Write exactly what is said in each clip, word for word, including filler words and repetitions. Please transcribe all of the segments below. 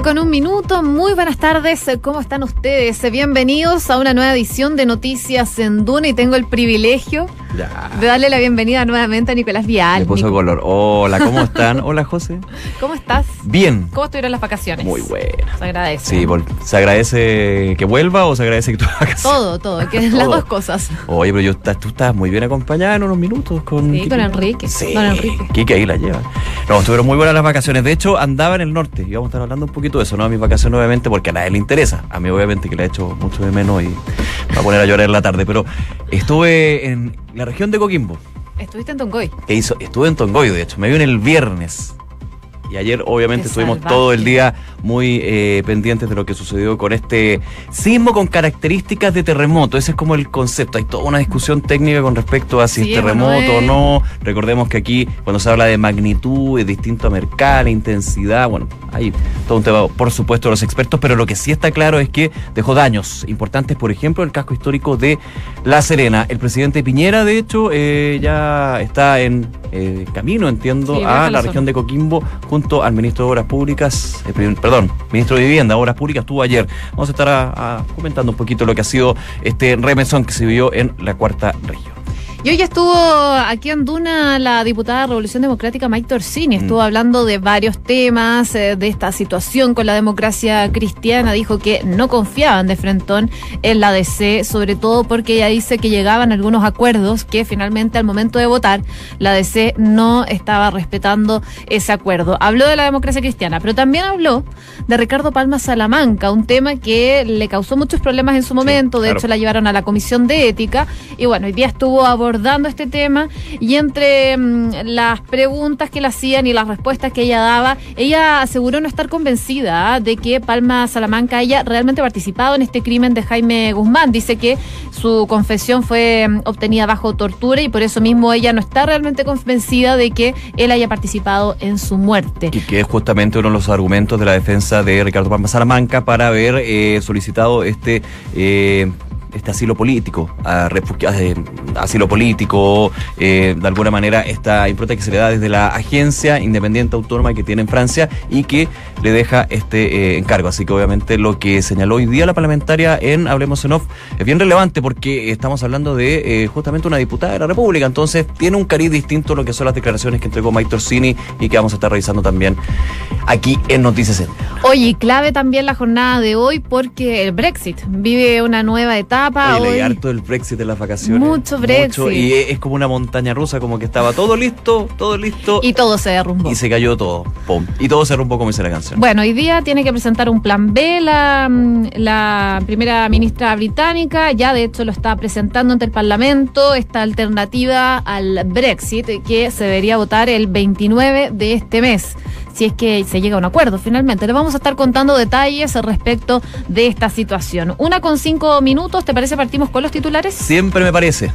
con un minuto, muy buenas tardes, ¿cómo están ustedes? Bienvenidos a una nueva edición de Noticias en Duna y tengo el privilegio ya. de darle la bienvenida nuevamente a Nicolás Vial. Le puso color. Hola, ¿cómo están? Hola, José. ¿Cómo estás? Bien. ¿Cómo estuvieron las vacaciones? Muy buenas. Se agradece. Sí, ¿se agradece que vuelva o se agradece que tú vacaciones? Todo, todo, que las dos cosas. Oye, pero yo, tú estás muy bien acompañada en unos minutos con... Sí, con Enrique. Sí, con Enrique. Kike ahí la lleva. No, estuvieron muy buenas las vacaciones. De hecho, andaba en el norte y vamos a estar hablando un poquito de eso, ¿no? A mis vacaciones, obviamente, porque a nadie le interesa. A mí, obviamente, que le he hecho mucho de menos y me va a poner a llorar en la tarde. Pero estuve en la región de Coquimbo. ¿Estuviste en Tongoy? E hizo, estuve en Tongoy, de hecho. Me vine el viernes. Y ayer, obviamente, Qué estuvimos salvaje. todo el día muy eh, pendientes de lo que sucedió con este sismo con características de terremoto. Ese es como el concepto. Hay toda una discusión técnica con respecto a si Sí, es terremoto no es... o no. Recordemos que aquí, cuando se habla de magnitud, es distinto a Mercalli, intensidad. Bueno, hay todo un tema, por supuesto, de los expertos. Pero lo que sí está claro es que dejó daños importantes. Por ejemplo, el casco histórico de La Serena. El presidente Piñera, de hecho, eh, ya está en eh, camino, entiendo, sí, a la, la región de Coquimbo, junto al ministro de Obras Públicas, eh, perdón, ministro de Vivienda, Obras Públicas, estuvo ayer. Vamos a estar a, a comentando un poquito lo que ha sido este remesón que se vivió en la cuarta región. Y hoy estuvo aquí en Duna la diputada de Revolución Democrática Maite Orsini, estuvo mm. hablando de varios temas, eh, de esta situación con la democracia cristiana, dijo que no confiaban de frentón en la D C, sobre todo porque ella dice que llegaban algunos acuerdos que finalmente al momento de votar la D C no estaba respetando ese acuerdo. Habló de la democracia cristiana, pero también habló de Ricardo Palma Salamanca, un tema que le causó muchos problemas en su momento, sí, de claro. hecho la llevaron a la Comisión de Ética, y bueno, hoy día estuvo abordando abordando este tema y entre mmm, las preguntas que le hacían y las respuestas que ella daba, ella aseguró no estar convencida ¿eh? de que Palma Salamanca haya realmente participado en este crimen de Jaime Guzmán. Dice que su confesión fue mmm, obtenida bajo tortura y por eso mismo ella no está realmente convencida de que él haya participado en su muerte. Y que es justamente uno de los argumentos de la defensa de Ricardo Palma Salamanca para haber eh, solicitado este... Eh, este asilo político, a refugiados, eh, asilo político, eh, de alguna manera esta impronta que se le da desde la agencia independiente autónoma que tiene en Francia y que le deja este eh, encargo. Así que obviamente lo que señaló hoy día la parlamentaria en Hablemos en Off es bien relevante porque estamos hablando de eh, justamente una diputada de la República, entonces tiene un cariz distinto a lo que son las declaraciones que entregó Maite Orsini y que vamos a estar revisando también aquí en Noticias en Duna. Oye, clave también la jornada de hoy porque el Brexit vive una nueva etapa. Oye, leí hoy, harto del Brexit en las vacaciones. Mucho Brexit. Mucho, y es como una montaña rusa, como que estaba todo listo, todo listo. Y todo se derrumbó. Y se cayó todo. Pum. Y todo se derrumbó, como dice la canción. Bueno, hoy día tiene que presentar un plan B la, la primera ministra británica. Ya de hecho lo está presentando ante el Parlamento, esta alternativa al Brexit que se debería votar el veintinueve de este mes. Si es que se llega a un acuerdo finalmente. Les vamos a estar contando detalles respecto de esta situación. Una con cinco minutos, ¿te parece partimos con los titulares? Siempre me parece.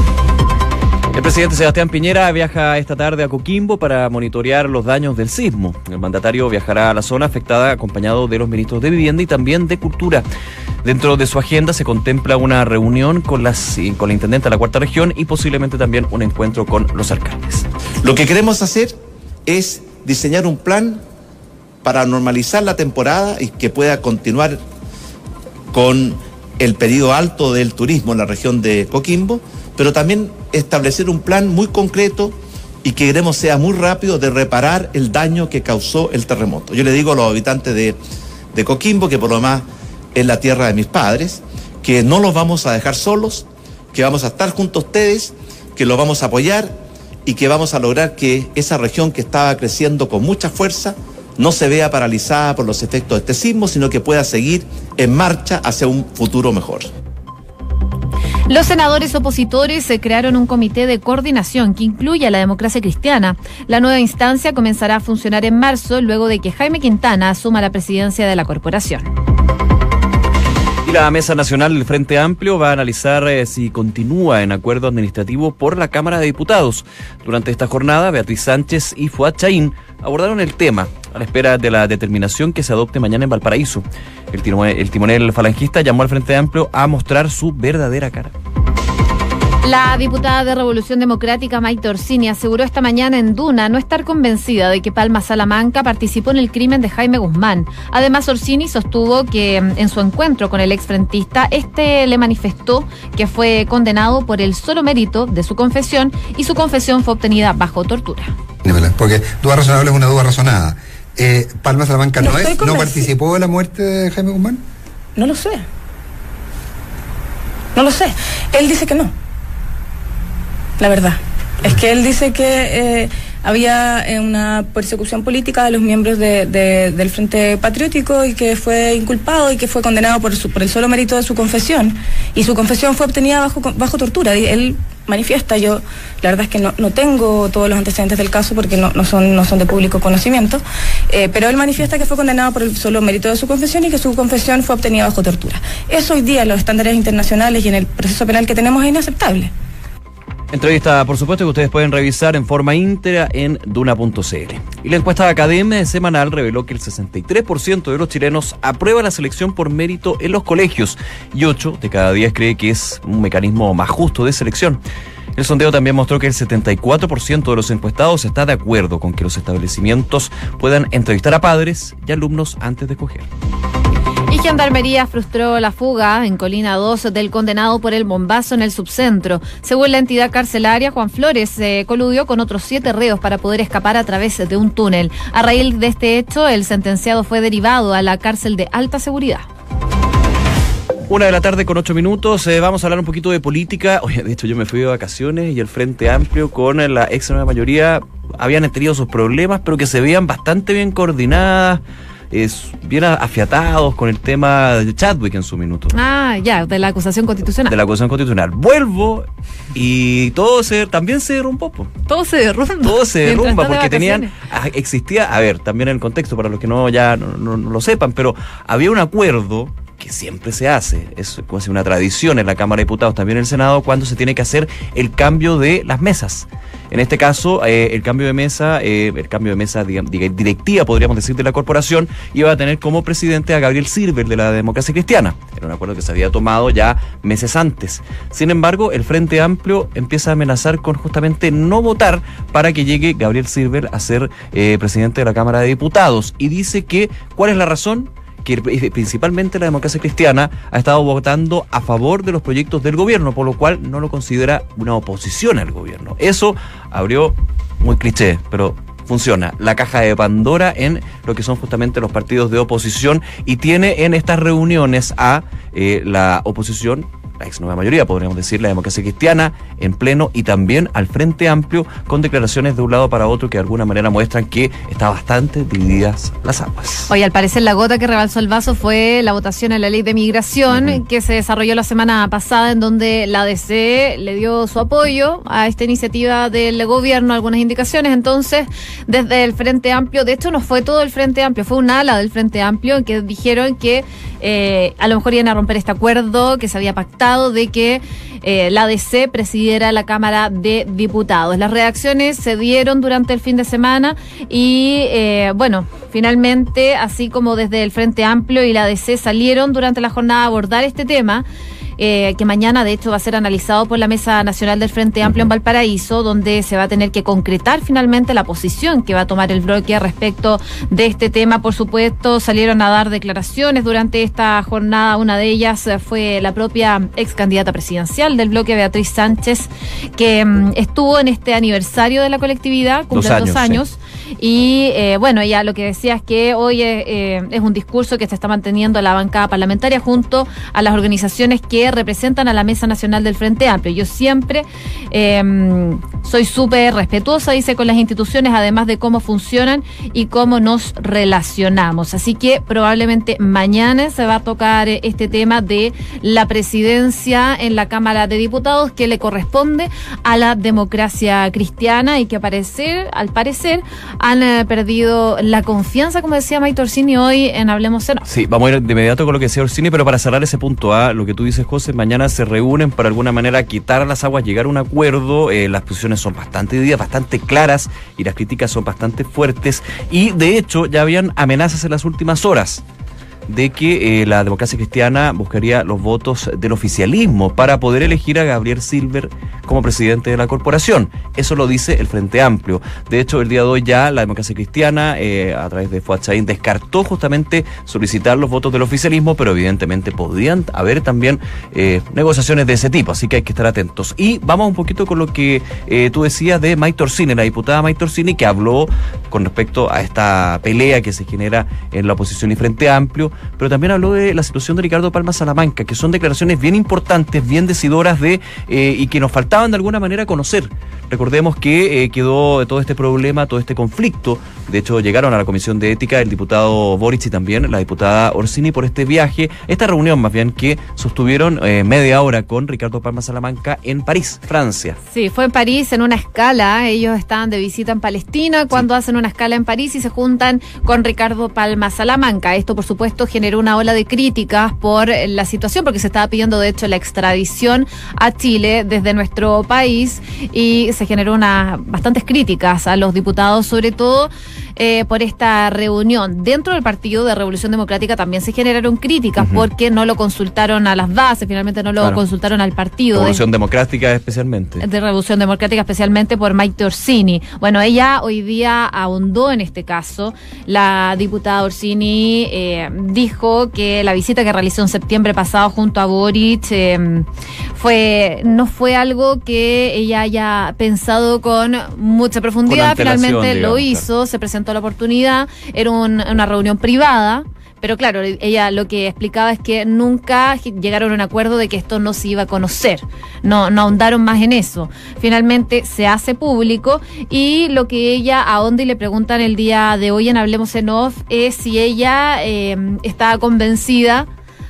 El presidente Sebastián Piñera viaja esta tarde a Coquimbo para monitorear los daños del sismo. El mandatario viajará a la zona afectada acompañado de los ministros de Vivienda y también de Cultura. Dentro de su agenda se contempla una reunión con, las, con la intendenta de la cuarta región y posiblemente también un encuentro con los alcaldes. Lo que queremos hacer es diseñar un plan para normalizar la temporada y que pueda continuar con el periodo alto del turismo en la región de Coquimbo, pero también establecer un plan muy concreto y que queremos sea muy rápido de reparar el daño que causó el terremoto. Yo le digo a los habitantes de, de Coquimbo, que por lo más es la tierra de mis padres, que no los vamos a dejar solos, que vamos a estar junto a ustedes, que los vamos a apoyar y que vamos a lograr que esa región que estaba creciendo con mucha fuerza no se vea paralizada por los efectos de este sismo, sino que pueda seguir en marcha hacia un futuro mejor. Los senadores opositores se crearon un comité de coordinación que incluye a la democracia cristiana. La nueva instancia comenzará a funcionar en marzo, luego de que Jaime Quintana asuma la presidencia de la corporación. Y la Mesa Nacional del Frente Amplio va a analizar eh, si continúa en acuerdo administrativo por la Cámara de Diputados. Durante esta jornada, Beatriz Sánchez y Fuad Chaín abordaron el tema a la espera de la determinación que se adopte mañana en Valparaíso. El timonel, el timonel falangista llamó al Frente Amplio a mostrar su verdadera cara. La diputada de Revolución Democrática, Maite Orsini, aseguró esta mañana en Duna no estar convencida de que Palma Salamanca participó en el crimen de Jaime Guzmán. Además, Orsini sostuvo que en su encuentro con el exfrentista, este le manifestó que fue condenado por el solo mérito de su confesión y su confesión fue obtenida bajo tortura. Porque duda razonable es una duda razonada. Eh, ¿Palma Salamanca no, no, es, no participó de la muerte de Jaime Guzmán? No lo sé. No lo sé. Él dice que no. La verdad, es que él dice que eh, había eh, una persecución política de los miembros de, de, del Frente Patriótico y que fue inculpado y que fue condenado por, su, por el solo mérito de su confesión. Y su confesión fue obtenida bajo, bajo tortura. Y él manifiesta, yo la verdad es que no, no tengo todos los antecedentes del caso porque no, no, son, no son de público conocimiento, eh, pero él manifiesta que fue condenado por el solo mérito de su confesión y que su confesión fue obtenida bajo tortura. Eso hoy día en los estándares internacionales y en el proceso penal que tenemos es inaceptable. Entrevista, por supuesto, que ustedes pueden revisar en forma íntegra en duna punto c l. Y la encuesta de Academia Semanal reveló que el sesenta y tres por ciento de los chilenos aprueba la selección por mérito en los colegios y ocho de cada diez cree que es un mecanismo más justo de selección. El sondeo también mostró que el setenta y cuatro por ciento de los encuestados está de acuerdo con que los establecimientos puedan entrevistar a padres y alumnos antes de escoger. Y Gendarmería frustró la fuga en Colina dos del condenado por el bombazo en el subcentro. Según la entidad carcelaria, Juan Flores se eh, coludió con otros siete reos para poder escapar a través de un túnel. A raíz de este hecho, el sentenciado fue derivado a la cárcel de alta seguridad. Una de la tarde con ocho minutos, eh, vamos a hablar un poquito de política. Oye, de hecho yo me fui de vacaciones y el Frente Amplio con la ex nueva mayoría habían tenido sus problemas, pero que se veían bastante bien coordinadas. Es bien afiatados con el tema de Chadwick en su minuto. Ah, ya, de la acusación constitucional. De la acusación constitucional. Vuelvo y todo se también se derrumbó. Todo se derrumba. Todo se derrumba porque tenían, existía, a ver, también en el contexto, para los que no ya no, no, no lo sepan, pero había un acuerdo que siempre se hace, es casi una tradición en la Cámara de Diputados, también en el Senado, cuando se tiene que hacer el cambio de las mesas. En este caso, eh, el cambio de mesa, eh, el cambio de mesa digamos, directiva, podríamos decir, de la corporación, iba a tener como presidente a Gabriel Silver, de la Democracia Cristiana. Era un acuerdo que se había tomado ya meses antes. Sin embargo, el Frente Amplio empieza a amenazar con justamente no votar para que llegue Gabriel Silver a ser eh, presidente de la Cámara de Diputados. Y dice que, ¿cuál es la razón? Que principalmente la Democracia Cristiana ha estado votando a favor de los proyectos del gobierno, por lo cual no lo considera una oposición al gobierno. Eso abrió, muy cliché, pero funciona, la caja de Pandora en lo que son justamente los partidos de oposición y tiene en estas reuniones a eh, la oposición, la ex nueva mayoría, podríamos decir, la Democracia Cristiana en pleno y también al Frente Amplio con declaraciones de un lado para otro que de alguna manera muestran que está bastante divididas las aguas. Oye, al parecer la gota que rebalsó el vaso fue la votación en la ley de migración uh-huh. que se desarrolló la semana pasada en donde la A D C le dio su apoyo a esta iniciativa del gobierno, algunas indicaciones. Entonces, desde el Frente Amplio, de hecho no fue todo el Frente Amplio, fue un ala del Frente Amplio que dijeron que eh, a lo mejor iban a romper este acuerdo que se había pactado de que eh, la A D C presidiera la Cámara de Diputados. Las reacciones se dieron durante el fin de semana y, eh, bueno, finalmente, así como desde el Frente Amplio y la A D C salieron durante la jornada a abordar este tema, Eh, que mañana de hecho va a ser analizado por la Mesa Nacional del Frente Amplio en Valparaíso, donde se va a tener que concretar finalmente la posición que va a tomar el bloque respecto de este tema. Por supuesto, salieron a dar declaraciones durante esta jornada. Una de ellas fue la propia ex candidata presidencial del bloque, Beatriz Sánchez, que um, estuvo en este aniversario de la colectividad, cumple dos años. Dos años sí. Y eh, bueno, ella lo que decía es que hoy eh, es un discurso que se está manteniendo la bancada parlamentaria junto a las organizaciones que representan a la Mesa Nacional del Frente Amplio. Yo siempre eh, soy súper respetuosa, dice, con las instituciones, además de cómo funcionan y cómo nos relacionamos. Así que probablemente mañana se va a tocar este tema de la presidencia en la Cámara de Diputados que le corresponde a la Democracia Cristiana y que al parecer, al parecer han eh, perdido la confianza, como decía Maite Orsini hoy en Hablemos Senado. Sí, vamos a ir de inmediato con lo que decía Orsini, pero para cerrar ese punto A, lo que tú dices, José, mañana se reúnen para alguna manera quitar las aguas, llegar a un acuerdo. Eh, las posiciones son bastante divididas, bastante claras y las críticas son bastante fuertes y de hecho ya habían amenazas en las últimas horas. de que eh, la democracia cristiana buscaría los votos del oficialismo para poder elegir a Gabriel Silver como presidente de la corporación. Eso lo dice el Frente Amplio. De hecho, el día de hoy ya la democracia cristiana, eh, a través de Fuad Chaín, descartó justamente solicitar los votos del oficialismo, pero evidentemente podrían haber también eh, negociaciones de ese tipo, así que hay que estar atentos. Y vamos un poquito con lo que eh, tú decías de Maite Orsini, la diputada Maite Orsini, que habló con respecto a esta pelea que se genera en la oposición y Frente Amplio, pero también habló de la situación de Ricardo Palma Salamanca, que son declaraciones bien importantes, bien decidoras de eh, y que nos faltaban de alguna manera conocer. Recordemos que eh, quedó todo este problema, todo este conflicto. De hecho, llegaron a la Comisión de Ética el diputado Boric y también la diputada Orsini por este viaje, esta reunión más bien que sostuvieron eh, media hora con Ricardo Palma Salamanca en París, Francia. Sí, fue en París en una escala. Ellos estaban de visita en Palestina cuando sí. hacen una escala en París y se juntan con Ricardo Palma Salamanca. Esto, por supuesto, generó una ola de críticas por la situación, porque se estaba pidiendo, de hecho, la extradición a Chile desde nuestro país y se generó unas bastantes críticas a los diputados, sobre todo eh, por esta reunión. Dentro del Partido de Revolución Democrática también se generaron críticas uh-huh. porque no lo consultaron a las bases, finalmente no lo claro. consultaron al partido. Revolución de, Democrática especialmente. De Revolución Democrática especialmente por Maite Orsini. Bueno, ella hoy día ahondó en este caso. La diputada Orsini eh, dijo que la visita que realizó en septiembre pasado junto a Boric eh, fue no fue algo que ella haya pensado con mucha profundidad. Con finalmente digamos, lo hizo, claro. se presentó la oportunidad, era un, una reunión privada. Pero claro, ella lo que explicaba es que nunca llegaron a un acuerdo de que esto no se iba a conocer. No, no ahondaron más en eso. Finalmente se hace público y lo que ella ahonda y le preguntan el día de hoy en Hablemos en Off es si ella eh, estaba convencida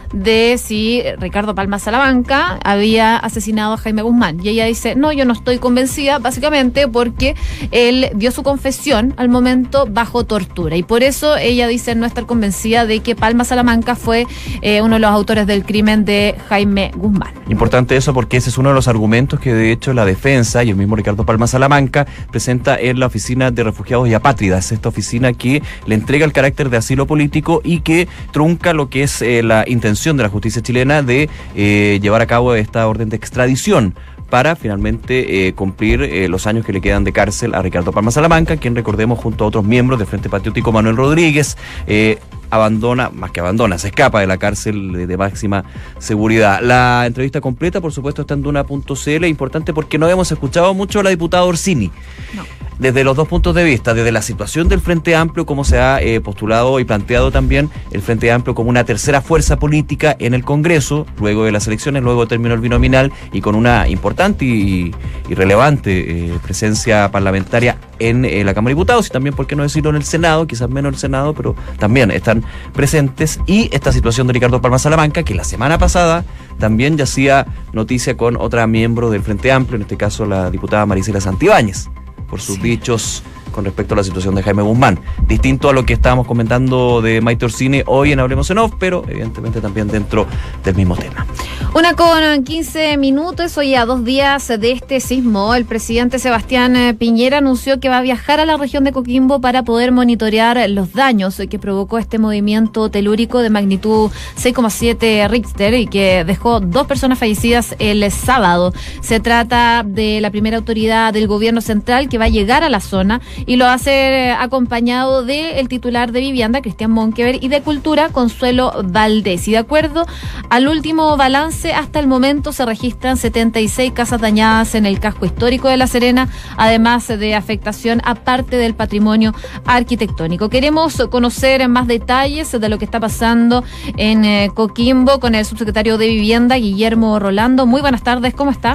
de si Ricardo Palma Salamanca había asesinado a Jaime Guzmán. Y ella dice, no, yo no estoy convencida, básicamente porque él dio su confesión al momento bajo tortura. Y por eso ella dice no estar convencida de que Palma Salamanca fue eh, uno de los autores del crimen de Jaime Guzmán. Importante eso porque ese es uno de los argumentos que de hecho la defensa y el mismo Ricardo Palma Salamanca presenta en la Oficina de Refugiados y Apátridas, esta oficina que le entrega el carácter de asilo político y que trunca lo que es eh, la intención de la justicia chilena de eh, llevar a cabo esta orden de extradición para finalmente eh, cumplir eh, los años que le quedan de cárcel a Ricardo Palma Salamanca, quien recordemos junto a otros miembros del Frente Patriótico Manuel Rodríguez, eh, abandona, más que abandona, se escapa de la cárcel de, de máxima seguridad. La entrevista completa, por supuesto, está en duna punto c l, importante porque no hemos escuchado mucho a la diputada Orsini. No. Desde los dos puntos de vista, desde la situación del Frente Amplio, como se ha eh, postulado y planteado también el Frente Amplio como una tercera fuerza política en el Congreso, luego de las elecciones, luego terminó el binominal y con una importante y, y relevante eh, presencia parlamentaria en eh, la Cámara de Diputados y también, por qué no decirlo, en el Senado, quizás menos el Senado, pero también están presentes. Y esta situación de Ricardo Palma Salamanca, que la semana pasada también ya hacía noticia con otra miembro del Frente Amplio, en este caso la diputada Maricela Santibáñez, por sus sí. dichos con respecto a la situación de Jaime Guzmán. Distinto a lo que estábamos comentando de Maite Orsini hoy en Hablemos en Off, pero evidentemente también dentro del mismo tema. Una con quince minutos, hoy a dos días de este sismo, el presidente Sebastián Piñera anunció que va a viajar a la región de Coquimbo para poder monitorear los daños que provocó este movimiento telúrico de magnitud seis coma siete Richter y que dejó dos personas fallecidas el sábado. Se trata de la primera autoridad del gobierno central que va a llegar a la zona y lo hace acompañado del titular de Vivienda, Cristian Monkever, y de Cultura, Consuelo Valdés. Y de acuerdo al último balance, hasta el momento se registran setenta y seis casas dañadas en el casco histórico de La Serena, además de afectación a parte del patrimonio arquitectónico. Queremos conocer más detalles de lo que está pasando en eh, Coquimbo con el subsecretario de Vivienda, Guillermo Rolando. Muy buenas tardes, ¿cómo está?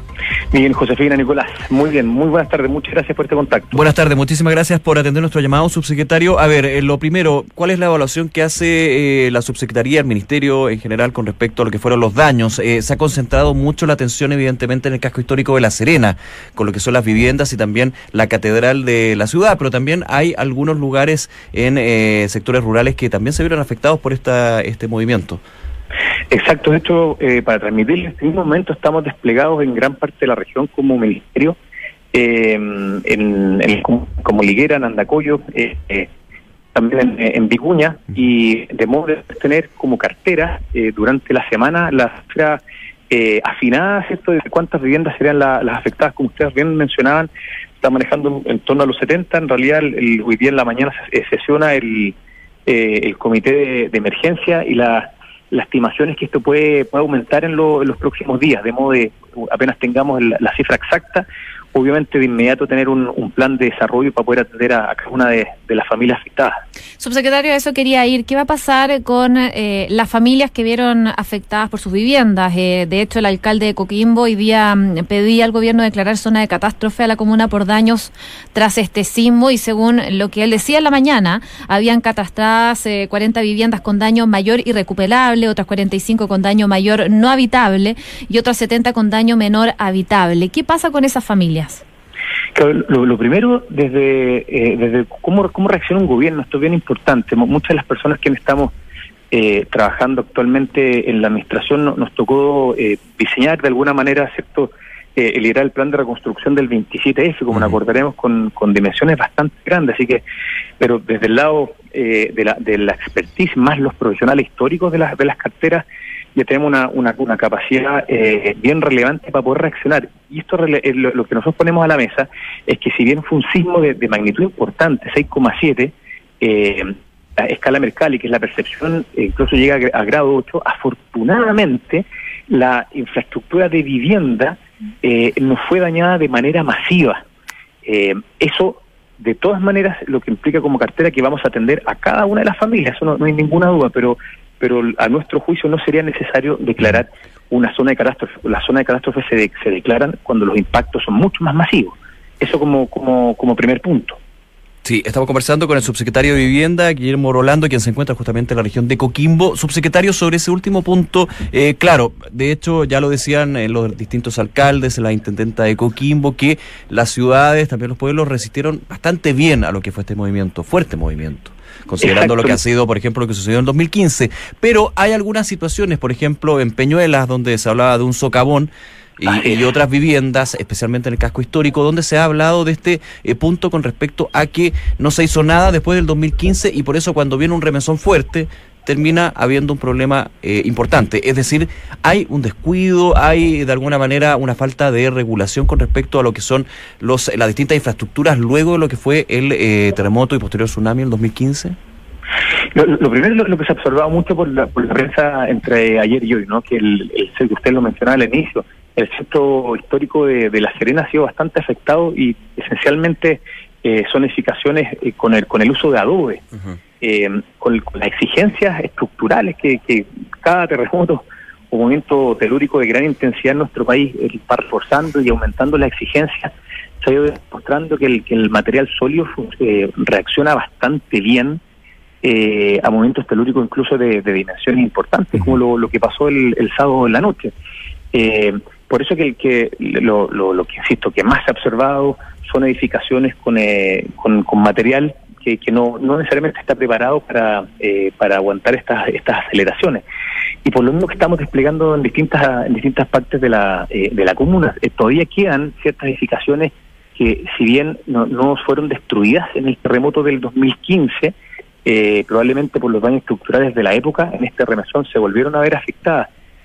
Bien, Josefina, Nicolás. Muy bien, muy buenas tardes. Muchas gracias por este contacto. Buenas tardes, muchísimas gracias por atender nuestro llamado, subsecretario. A ver, eh, lo primero, ¿cuál es la evaluación que hace eh, la subsecretaría, el ministerio en general con respecto a lo que fueron los daños? Eh, se ha concentrado mucho la atención, evidentemente, en el casco histórico de La Serena, con lo que son las viviendas y también la catedral de la ciudad, pero también hay algunos lugares en eh, sectores rurales que también se vieron afectados por esta este movimiento. Exacto, de hecho, eh, para transmitirles, en este momento estamos desplegados en gran parte de la región como ministerio, eh, en, en, como, como Liguera, en Andacollo, eh, eh, también en, en Vicuña, y de modo de tener como cartera eh, durante la semana la cifra eh, afinada, ¿cierto?, de cuántas viviendas serían la, las afectadas. Como ustedes bien mencionaban, está manejando en, en torno a los setenta. En realidad, el, el, hoy día en la mañana se, sesiona el, eh, el comité de, de emergencia, y la, la estimación es que esto puede, puede aumentar en, lo, en los próximos días, de modo de apenas tengamos la, la cifra exacta, obviamente de inmediato tener un, un plan de desarrollo para poder atender a, a cada una de, de las familias afectadas. Subsecretario, a eso quería ir. ¿Qué va a pasar con eh, las familias que vieron afectadas por sus viviendas? Eh, de hecho, el alcalde de Coquimbo hoy día mm, pedía al gobierno declarar zona de catástrofe a la comuna por daños tras este sismo, y según lo que él decía en la mañana, habían catastradas eh, cuarenta viviendas con daño mayor irrecuperable, otras cuarenta y cinco con daño mayor no habitable y otras setenta con daño menor habitable. ¿Qué pasa con esas familias? Lo, lo primero, desde eh, desde cómo, cómo reacciona un gobierno, esto es bien importante. Muchas de las personas que estamos eh, trabajando actualmente en la administración no, nos tocó eh, diseñar de alguna manera, ¿cierto?, eh, liderar el plan de reconstrucción del veintisiete F, como uh-huh. nos acordaremos, con, con dimensiones bastante grandes. Así que, pero desde el lado eh, de, la, de la expertise, más los profesionales históricos de las, de las carteras, ya tenemos una, una, una capacidad eh, bien relevante para poder reaccionar. Y esto rele- lo, lo que nosotros ponemos a la mesa es que, si bien fue un sismo de, de magnitud importante, seis coma siete, eh, a escala Mercalli, que es la percepción, eh, incluso llega a, a grado ocho, afortunadamente la infraestructura de vivienda eh, no fue dañada de manera masiva. Eh, eso, de todas maneras, lo que implica como cartera que vamos a atender a cada una de las familias, eso no, no hay ninguna duda, pero pero a nuestro juicio no sería necesario declarar una zona de catástrofe. La zona de catástrofe se, de, se declaran cuando los impactos son mucho más masivos. Eso como, como, como primer punto. Sí, estamos conversando con el subsecretario de Vivienda, Guillermo Rolando, quien se encuentra justamente en la región de Coquimbo. Subsecretario, sobre ese último punto, eh, claro, de hecho ya lo decían eh, los distintos alcaldes, la intendenta de Coquimbo, que las ciudades, también los pueblos, resistieron bastante bien a lo que fue este movimiento, fuerte movimiento, considerando Exacto. lo que ha sido, por ejemplo, lo que sucedió en dos mil quince. Pero hay algunas situaciones, por ejemplo, en Peñuelas, donde se hablaba de un socavón, y, y otras viviendas, especialmente en el casco histórico, donde se ha hablado de este eh, punto con respecto a que no se hizo nada después del dos mil quince, y por eso cuando viene un remesón fuerte termina habiendo un problema eh, importante. Es decir, hay un descuido, hay de alguna manera una falta de regulación con respecto a lo que son los las distintas infraestructuras luego de lo que fue el eh, terremoto y posterior tsunami en el dos mil quince. Lo, lo primero, lo, lo que se ha observado mucho por la, por la prensa entre ayer y hoy, ¿no?, que el, el que usted lo mencionaba al inicio, el centro histórico de, de La Serena ha sido bastante afectado, y esencialmente eh, son edificaciones eh, con el con el uso de adobe, uh-huh. eh, con, con las exigencias estructurales que, que cada terremoto o movimiento telúrico de gran intensidad en nuestro país eh, va reforzando y aumentando la exigencia. Se ha ido demostrando que el, que el material sólido eh, reacciona bastante bien eh, a movimientos telúricos incluso de, de dimensiones importantes, uh-huh. como lo, lo que pasó el, el sábado en la noche. Eh, por eso que, que lo, lo, lo que insisto, que más se ha observado son edificaciones con, eh, con, con material que, que no, no necesariamente está preparado para, eh, para aguantar estas, estas aceleraciones. Y por lo mismo que estamos desplegando en distintas, en distintas partes de la, eh, de la comuna, eh, todavía quedan ciertas edificaciones que, si bien no, no fueron destruidas en el terremoto del dos mil quince, eh, probablemente por los daños estructurales de la época, en este remesón se volvieron a ver afectadas.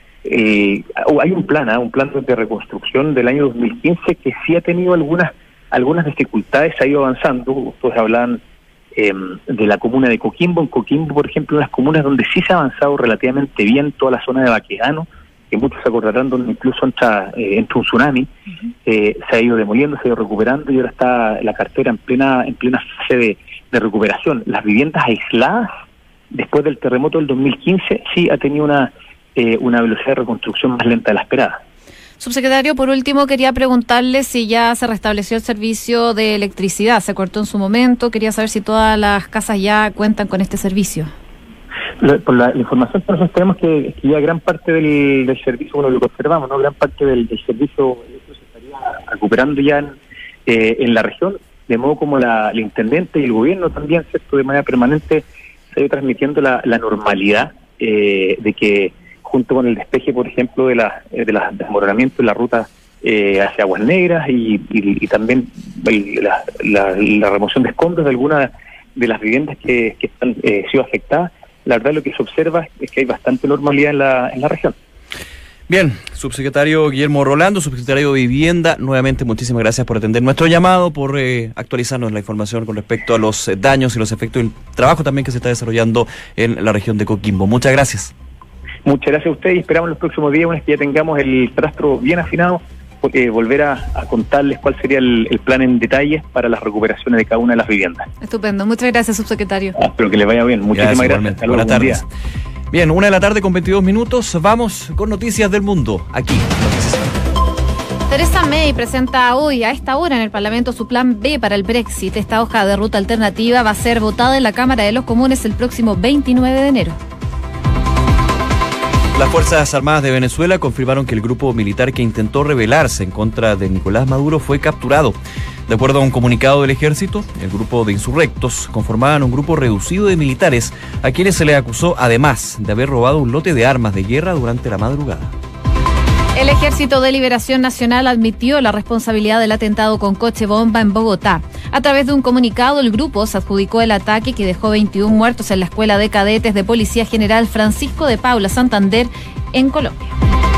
Eh, hay un plan, ¿eh? un plan de reconstrucción del año dos mil quince que sí ha tenido algunas algunas dificultades, ha ido avanzando. Ustedes hablan eh, de la comuna de Coquimbo. En Coquimbo, por ejemplo, unas comunas donde sí se ha avanzado relativamente bien, toda la zona de Baquedano, que muchos se acordarán, donde incluso entra, eh, entra un tsunami, uh-huh. eh, se ha ido demoliendo, se ha ido recuperando, y ahora está la cartera en plena en plena fase de, de recuperación. Las viviendas aisladas después del terremoto del dos mil quince sí ha tenido una Eh, una velocidad de reconstrucción más lenta de la esperada. Subsecretario, por último, quería preguntarle si ya se restableció el servicio de electricidad. Se cortó en su momento. Quería saber si todas las casas ya cuentan con este servicio. La, por la, la información que nosotros tenemos, que, que ya gran parte del, del servicio, bueno, lo que observamos, ¿no? Gran parte del, del servicio se estaría recuperando ya en, eh, en la región, de modo como la, la intendente y el gobierno también, ¿cierto?, de manera permanente se ha ido transmitiendo la, la normalidad eh, de que, junto con el despeje, por ejemplo, de la de la desmoronamiento de la ruta eh, hacia Aguas Negras, y, y, y también el, la, la, la remoción de escombros de algunas de las viviendas que, que han eh, sido afectadas, la verdad lo que se observa es que hay bastante normalidad en la, en la región. Bien, subsecretario Guillermo Rolando, subsecretario de Vivienda, nuevamente muchísimas gracias por atender nuestro llamado, por eh, actualizarnos la información con respecto a los eh, daños y los efectos del trabajo también que se está desarrollando en la región de Coquimbo. Muchas gracias. Muchas gracias a ustedes y esperamos los próximos días, una vez que ya tengamos el rastro bien afinado, eh, volver a, a contarles cuál sería el, el plan en detalle para las recuperaciones de cada una de las viviendas. Estupendo, muchas gracias, subsecretario. Ah, espero que les vaya bien, muchísimas gracias. gracias. Hasta luego, buenas tardes. Bien, una de la tarde con veintidós minutos, vamos con Noticias del Mundo, aquí en Noticias. Theresa May presenta hoy a esta hora en el Parlamento su plan B para el Brexit. Esta hoja de ruta alternativa va a ser votada en la Cámara de los Comunes el próximo veintinueve de enero. Las Fuerzas Armadas de Venezuela confirmaron que el grupo militar que intentó rebelarse en contra de Nicolás Maduro fue capturado. De acuerdo a un comunicado del ejército, el grupo de insurrectos conformaban un grupo reducido de militares a quienes se les acusó además de haber robado un lote de armas de guerra durante la madrugada. El Ejército de Liberación Nacional admitió la responsabilidad del atentado con coche bomba en Bogotá. A través de un comunicado, el grupo se adjudicó el ataque que dejó veintiún muertos en la Escuela de Cadetes de Policía General Francisco de Paula, Santander, en Colombia.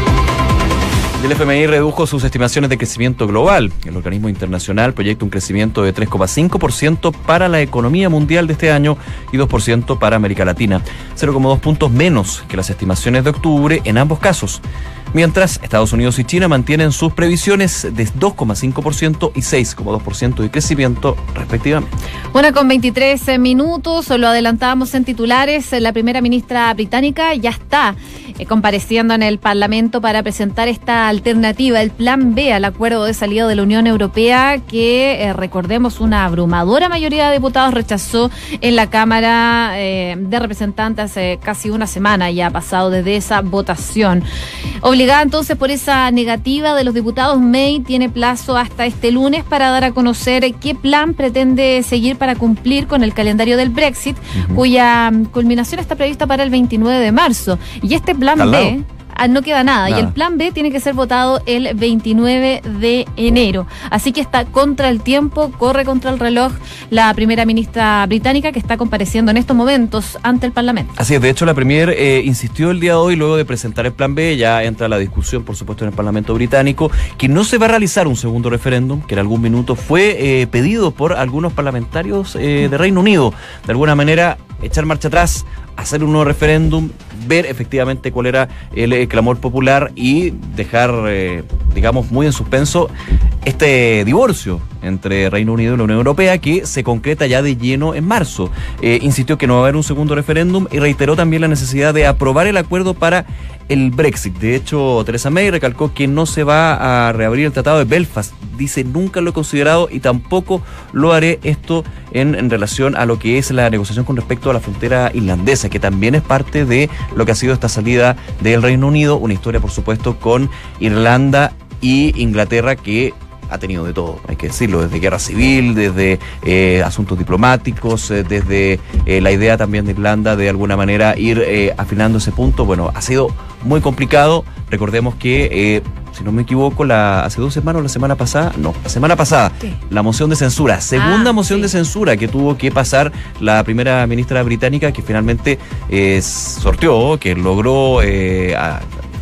El F M I redujo sus estimaciones de crecimiento global. El organismo internacional proyecta un crecimiento de tres coma cinco por ciento para la economía mundial de este año y dos por ciento para América Latina, cero coma dos puntos menos que las estimaciones de octubre en ambos casos. Mientras, Estados Unidos y China mantienen sus previsiones de dos coma cinco por ciento y seis coma dos por ciento de crecimiento, respectivamente. Una con veintitrés minutos, lo adelantábamos en titulares, la primera ministra británica ya está eh, compareciendo en el Parlamento para presentar esta alternativa, el Plan B al acuerdo de salida de la Unión Europea, que eh, recordemos una abrumadora mayoría de diputados rechazó en la Cámara eh, de Representantes hace casi una semana ya ha pasado desde esa votación. Obligada entonces por esa negativa de los diputados, May tiene plazo hasta este lunes para dar a conocer qué plan pretende seguir para cumplir con el calendario del Brexit, uh-huh. cuya culminación está prevista para el veintinueve de marzo. Y este plan B... no queda nada, nada, y el plan B tiene que ser votado el veintinueve de enero. Así que está contra el tiempo, corre contra el reloj la primera ministra británica que está compareciendo en estos momentos ante el Parlamento. Así es, de hecho la Premier eh, insistió el día de hoy, luego de presentar el plan B, ya entra la discusión por supuesto en el Parlamento británico, que no se va a realizar un segundo referéndum, que en algún minuto fue eh, pedido por algunos parlamentarios eh, de Reino Unido. De alguna manera, echar marcha atrás, hacer un nuevo referéndum, ver efectivamente cuál era el, el clamor popular y dejar, eh, digamos, muy en suspenso este divorcio entre Reino Unido y la Unión Europea, que se concreta ya de lleno en marzo. Eh, insistió que no va a haber un segundo referéndum y reiteró también la necesidad de aprobar el acuerdo para el Brexit. De hecho, Theresa May recalcó que no se va a reabrir el Tratado de Belfast. Dice, nunca lo he considerado y tampoco lo haré esto en, en relación a lo que es la negociación con respecto a la frontera irlandesa, que también es parte de lo que ha sido esta salida del Reino Unido. Una historia, por supuesto, con Irlanda y Inglaterra que ha tenido de todo, hay que decirlo, desde guerra civil, desde eh, asuntos diplomáticos, eh, desde eh, la idea también de Irlanda de alguna manera ir eh, afinando ese punto. Bueno, ha sido muy complicado. Recordemos que, eh, si no me equivoco, la hace dos semanas o la semana pasada, no, la semana pasada, sí. la moción de censura, segunda ah, moción sí. de censura que tuvo que pasar la primera ministra británica, que finalmente eh, sorteó, que logró... Eh, a,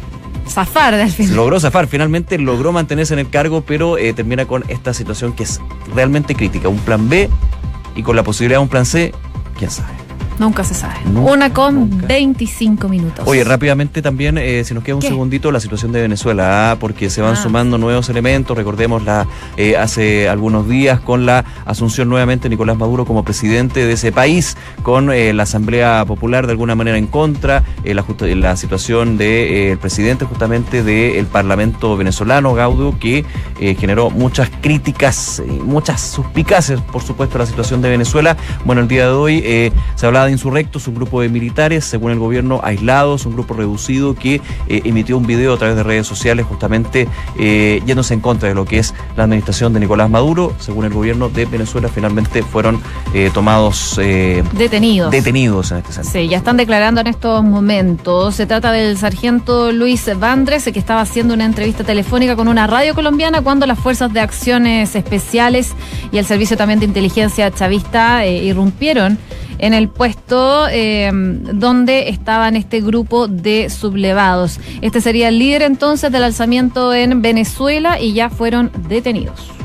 Zafar al final. Logró zafar, finalmente logró mantenerse en el cargo, pero eh, termina con esta situación que es realmente crítica. Un plan B y con la posibilidad de un plan C, quién sabe. Nunca se sabe. Nunca, Una con nunca. veinticinco minutos. Oye, rápidamente también, eh, si nos queda un ¿Qué? segundito, la situación de Venezuela, ¿ah? porque se van ah. sumando nuevos elementos. Recordemos la eh, hace algunos días con la asunción nuevamente de Nicolás Maduro como presidente de ese país, con eh, la Asamblea Popular de alguna manera en contra, eh, la, justa, la situación del de, eh, presidente justamente del Parlamento venezolano, Guaidó, que eh, generó muchas críticas, eh, muchas suspicacias, por supuesto, a la situación de Venezuela. Bueno, el día de hoy eh, se hablaba de insurrectos, un grupo de militares, según el gobierno, aislados, un grupo reducido que eh, emitió un video a través de redes sociales justamente eh, yéndose en contra de lo que es la administración de Nicolás Maduro. Según el gobierno de Venezuela, finalmente fueron eh, tomados... Eh, detenidos. Detenidos en este sentido. Sí, ya están declarando en estos momentos. Se trata del sargento Luis Vandres, que estaba haciendo una entrevista telefónica con una radio colombiana cuando las Fuerzas de Acciones Especiales y el Servicio también de Inteligencia Chavista eh, irrumpieron en el puesto eh, donde estaban este grupo de sublevados. Este sería el líder entonces del alzamiento en Venezuela y ya fueron detenidos.